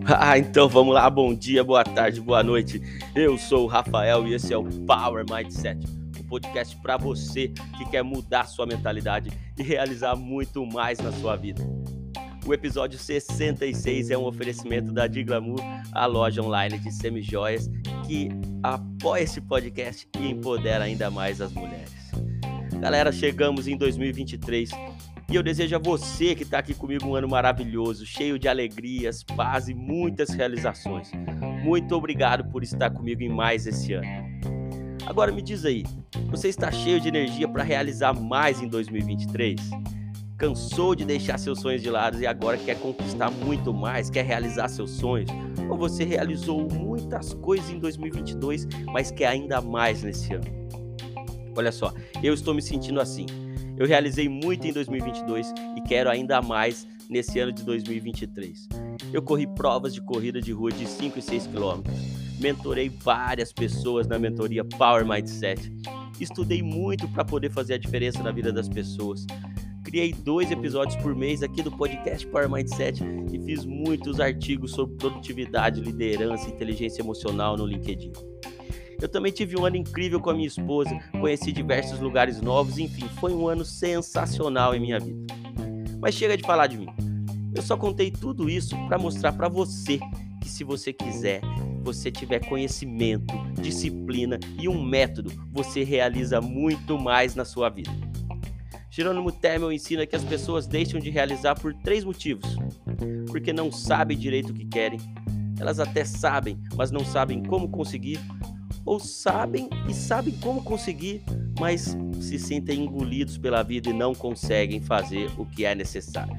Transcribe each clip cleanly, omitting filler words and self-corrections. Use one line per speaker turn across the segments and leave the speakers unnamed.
Então vamos lá, bom dia, boa tarde, boa noite. Eu sou o Rafael e esse é o Power Mindset, um podcast para você que quer mudar sua mentalidade e realizar muito mais na sua vida. O episódio 66 é um oferecimento da Diglamour, a loja online de semijoias que apoia esse podcast e empodera ainda mais as mulheres. Galera, chegamos em 2023 e eu desejo a você que está aqui comigo um ano maravilhoso, cheio de alegrias, paz e muitas realizações. Muito obrigado por estar comigo em mais esse ano. Agora me diz aí, você está cheio de energia para realizar mais em 2023? Cansou de deixar seus sonhos de lado e agora quer conquistar muito mais, quer realizar seus sonhos? Ou você realizou muitas coisas em 2022, mas quer ainda mais nesse ano? Olha só, eu estou me sentindo assim. Eu realizei muito em 2022 e quero ainda mais nesse ano de 2023. Eu corri provas de corrida de rua de 5 e 6 quilômetros. Mentorei várias pessoas na mentoria Power Mindset. Estudei muito para poder fazer a diferença na vida das pessoas. Criei 2 episódios por mês aqui do podcast Power Mindset e fiz muitos artigos sobre produtividade, liderança e inteligência emocional no LinkedIn. Eu também tive um ano incrível com a minha esposa, conheci diversos lugares novos, enfim, foi um ano sensacional em minha vida. Mas chega de falar de mim. Eu só contei tudo isso para mostrar para você que se você quiser, você tiver conhecimento, disciplina e um método, você realiza muito mais na sua vida. Jerônimo Temel ensina que as pessoas deixam de realizar por 3 motivos. Porque não sabem direito o que querem, elas até sabem, mas não sabem como conseguir, ou sabem e sabem como conseguir, mas se sentem engolidos pela vida e não conseguem fazer o que é necessário.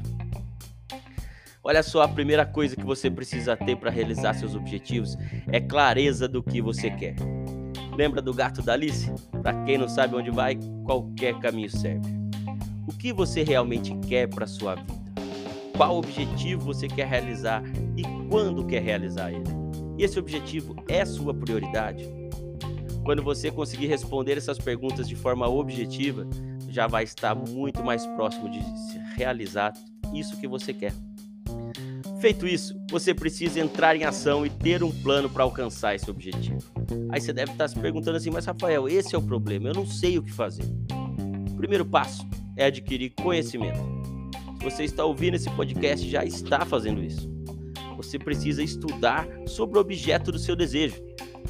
Olha só, a primeira coisa que você precisa ter para realizar seus objetivos é clareza do que você quer. Lembra do gato da Alice? Para quem não sabe onde vai, qualquer caminho serve. O que você realmente quer para a sua vida? Qual objetivo você quer realizar e quando quer realizar ele? E esse objetivo é sua prioridade? Quando você conseguir responder essas perguntas de forma objetiva, já vai estar muito mais próximo de realizar isso que você quer. Feito isso, você precisa entrar em ação e ter um plano para alcançar esse objetivo. Aí você deve estar se perguntando assim, mas Rafael, esse é o problema, eu não sei o que fazer. O primeiro passo é adquirir conhecimento. Se você está ouvindo esse podcast, já está fazendo isso. Você precisa estudar sobre o objeto do seu desejo.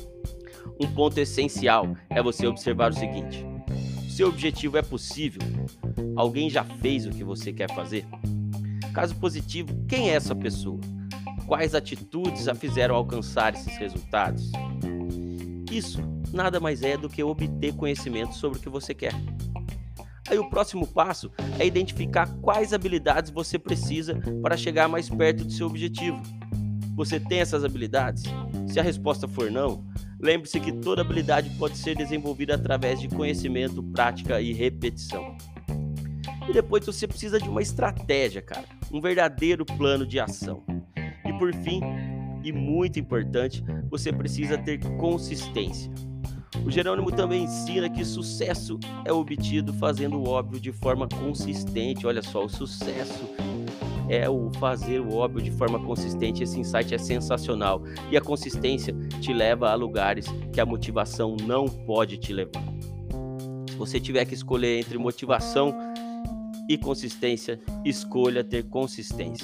Um ponto essencial é você observar o seguinte: seu objetivo é possível? Alguém já fez o que você quer fazer? Caso positivo, quem é essa pessoa? Quais atitudes a fizeram alcançar esses resultados? Isso nada mais é do que obter conhecimento sobre o que você quer. Aí o próximo passo é identificar quais habilidades você precisa para chegar mais perto do seu objetivo. Você tem essas habilidades? Se a resposta for não, lembre-se que toda habilidade pode ser desenvolvida através de conhecimento, prática e repetição. E depois você precisa de uma estratégia, cara, um verdadeiro plano de ação. E por fim, e muito importante, você precisa ter consistência. O Jerônimo também ensina que sucesso é obtido fazendo o óbvio de forma consistente. Olha só, o sucesso é o fazer o óbvio de forma consistente. Esse insight é sensacional. E a consistência te leva a lugares que a motivação não pode te levar. Se você tiver que escolher entre motivação e consistência, escolha ter consistência.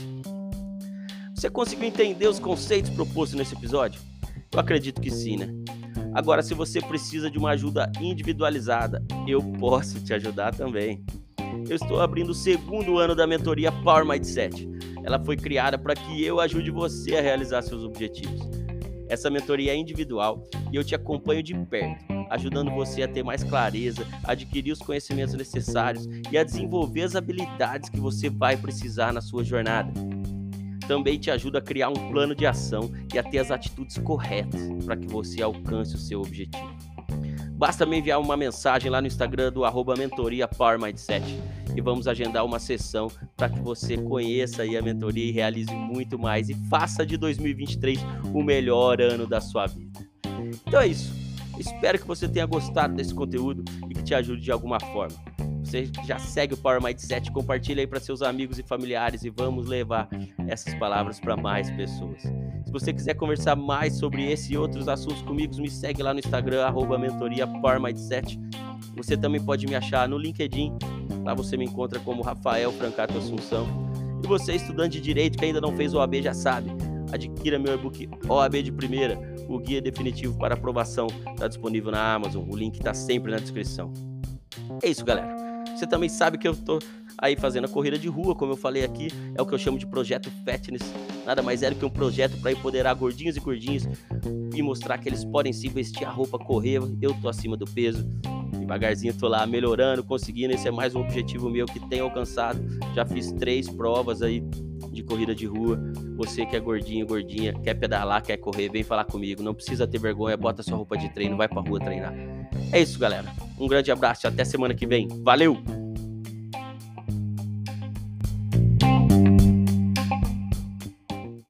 Você conseguiu entender os conceitos propostos nesse episódio? Eu acredito que sim, né? Agora, se você precisa de uma ajuda individualizada, eu posso te ajudar também. Eu estou abrindo o 2º ano da mentoria Power Mindset. Ela foi criada para que eu ajude você a realizar seus objetivos. Essa mentoria é individual e eu te acompanho de perto, ajudando você a ter mais clareza, a adquirir os conhecimentos necessários e a desenvolver as habilidades que você vai precisar na sua jornada. Também te ajuda a criar um plano de ação e a ter as atitudes corretas para que você alcance o seu objetivo. Basta me enviar uma mensagem lá no Instagram do @mentoria Power Mindset e vamos agendar uma sessão para que você conheça aí a mentoria e realize muito mais e faça de 2023 o melhor ano da sua vida. Então é isso. Espero que você tenha gostado desse conteúdo e que te ajude de alguma forma. Você já segue o Power Mindset, compartilha aí para seus amigos e familiares e vamos levar essas palavras para mais pessoas. Se você quiser conversar mais sobre esse e outros assuntos comigo, me segue lá no Instagram, @mentoria_powermindset. Você também pode me achar no LinkedIn, lá você me encontra como Rafael Francato Assunção. E você, estudante de Direito que ainda não fez o OAB, já sabe, adquira meu e-book OAB de Primeira, o guia definitivo para aprovação, está disponível na Amazon, o link está sempre na descrição. É isso, galera. Você também sabe que eu tô aí fazendo a corrida de rua, como eu falei aqui, é o que eu chamo de projeto Fatness. Nada mais é do que um projeto para empoderar gordinhos e gordinhas e mostrar que eles podem sim vestir a roupa, correr. Eu tô acima do peso, devagarzinho tô lá melhorando, conseguindo. Esse é mais um objetivo meu que tenho alcançado. Já fiz 3 provas aí de corrida de rua. Você que é gordinho, gordinha, quer pedalar, quer correr, vem falar comigo. Não precisa ter vergonha, bota sua roupa de treino, vai pra rua treinar. É isso, galera. Um grande abraço e até semana que vem. Valeu!